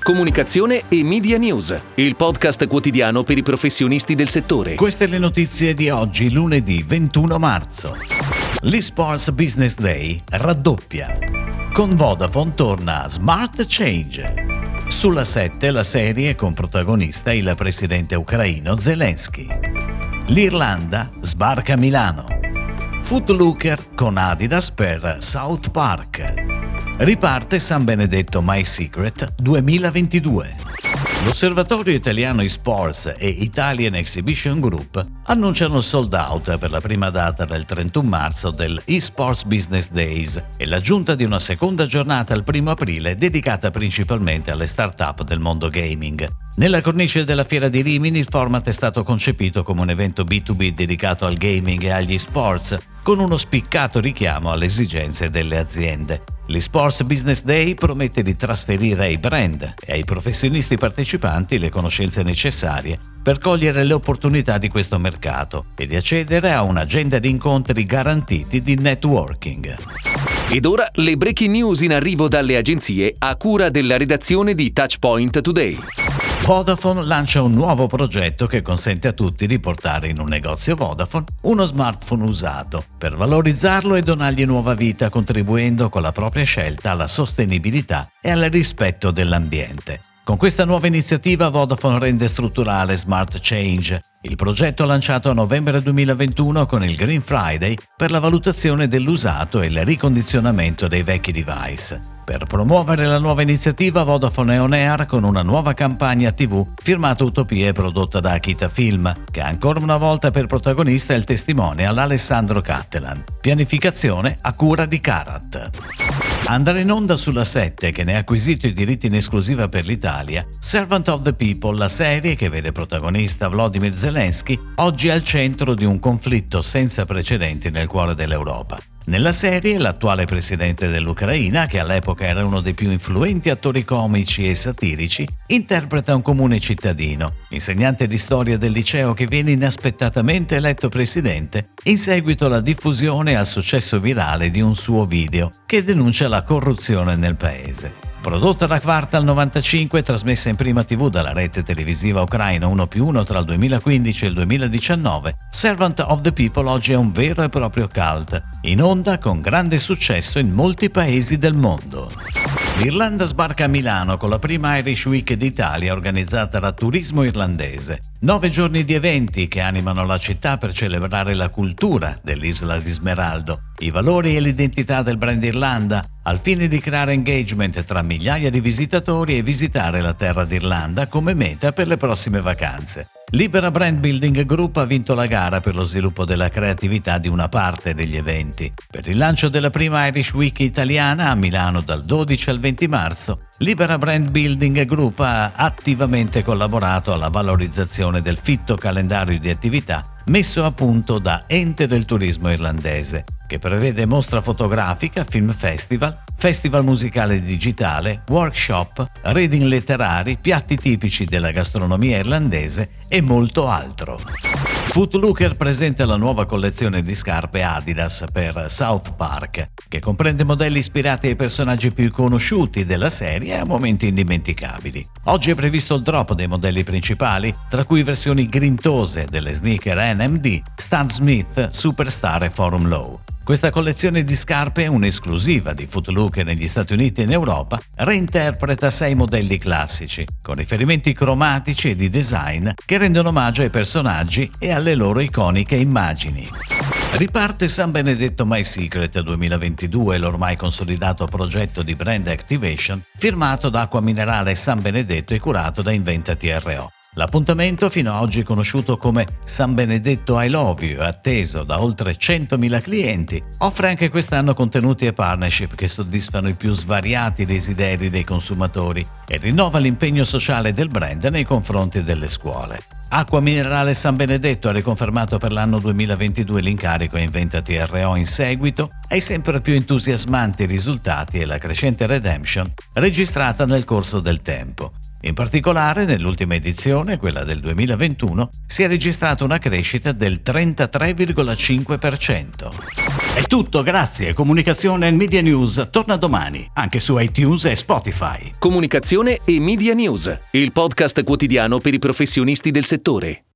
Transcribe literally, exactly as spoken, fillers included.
comunicazione e media news, il podcast quotidiano per i professionisti del settore. Queste le notizie di oggi, lunedì ventuno marzo. L'eSports Business Day raddoppia. Con Vodafone torna Smart Change. Sulla sette la serie con protagonista il presidente ucraino Zelensky. L'Irlanda sbarca a Milano. Footlooker con Adidas per South Park. Riparte San Benedetto My Secret duemilaventidue. L'Osservatorio Italiano eSports e Italian Exhibition Group annunciano il sold out per la prima data del trentuno marzo del eSports Business Days e l'aggiunta di una seconda giornata il primo aprile dedicata principalmente alle start-up del mondo gaming. Nella cornice della Fiera di Rimini il format è stato concepito come un evento B due B dedicato al gaming e agli sports, con uno spiccato richiamo alle esigenze delle aziende. L'eSports Business Day promette di trasferire ai brand e ai professionisti partecipanti le conoscenze necessarie per cogliere le opportunità di questo mercato e di accedere a un'agenda di incontri garantiti di networking. Ed ora le breaking news in arrivo dalle agenzie a cura della redazione di Touchpoint Today. Vodafone lancia un nuovo progetto che consente a tutti di portare in un negozio Vodafone uno smartphone usato per valorizzarlo e donargli nuova vita, contribuendo con la propria scelta alla sostenibilità e al rispetto dell'ambiente. Con questa nuova iniziativa Vodafone rende strutturale Smart Change, il progetto lanciato a novembre duemilaventuno con il Green Friday per la valutazione dell'usato e il ricondizionamento dei vecchi device. Per promuovere la nuova iniziativa, Vodafone è on air con una nuova campagna tivù firmata Utopie prodotta da Akita Film, che ha ancora una volta per protagonista il testimonial Alessandro Cattelan. Pianificazione a cura di Karat. Andrà in onda sulla sette, che ne ha acquisito i diritti in esclusiva per l'Italia, Servant of the People, la serie che vede protagonista Volodymyr Zelensky, oggi al centro di un conflitto senza precedenti nel cuore dell'Europa. Nella serie, l'attuale presidente dell'Ucraina, che all'epoca era uno dei più influenti attori comici e satirici, interpreta un comune cittadino, insegnante di storia del liceo che viene inaspettatamente eletto presidente in seguito alla diffusione e al successo virale di un suo video che denuncia la corruzione nel paese. Prodotta da Quartal novantacinque e trasmessa in prima tivù dalla rete televisiva ucraina uno più uno tra il duemilaquindici e il duemiladiciannove, Servant of the People oggi è un vero e proprio cult, in onda con grande successo in molti paesi del mondo. L'Irlanda sbarca a Milano con la prima Irish Week d'Italia organizzata da Turismo Irlandese. Nove giorni di eventi che animano la città per celebrare la cultura dell'isola di Smeraldo, i valori e l'identità del brand Irlanda, al fine di creare engagement tra migliaia di visitatori e visitare la terra d'Irlanda come meta per le prossime vacanze. Libera Brand Building Group ha vinto la gara per lo sviluppo della creatività di una parte degli eventi. Per il lancio della prima Irish Week italiana a Milano dal dodici al venti marzo, Libera Brand Building Group ha attivamente collaborato alla valorizzazione del fitto calendario di attività messo a punto da Ente del Turismo Irlandese, che prevede mostra fotografica, film festival, festival musicale digitale, workshop, reading letterari, piatti tipici della gastronomia irlandese e molto altro. Footlooker presenta la nuova collezione di scarpe Adidas per South Park, che comprende modelli ispirati ai personaggi più conosciuti della serie e a momenti indimenticabili. Oggi è previsto il drop dei modelli principali, tra cui versioni grintose delle sneaker N M D, Stan Smith, Superstar e Forum Low. Questa collezione di scarpe, un'esclusiva di Footlooker negli Stati Uniti e in Europa, reinterpreta sei modelli classici, con riferimenti cromatici e di design che rendono omaggio ai personaggi e alle loro iconiche immagini. Riparte San Benedetto My Secret duemilaventidue, l'ormai consolidato progetto di brand activation firmato da Acqua Minerale San Benedetto e curato da Inventa T R O. L'appuntamento, fino ad oggi conosciuto come San Benedetto I Love You e atteso da oltre centomila clienti, offre anche quest'anno contenuti e partnership che soddisfano i più svariati desideri dei consumatori e rinnova l'impegno sociale del brand nei confronti delle scuole. Acqua Minerale San Benedetto ha riconfermato per l'anno duemilaventidue l'incarico a Inventa T R O in seguito ai sempre più entusiasmanti risultati e la crescente redemption registrata nel corso del tempo. In particolare, nell'ultima edizione, quella del duemilaventuno, si è registrata una crescita del trentatré virgola cinque per cento. È tutto, grazie. Comunicazione e Media News torna domani, anche su iTunes e Spotify. Comunicazione e Media News, il podcast quotidiano per i professionisti del settore.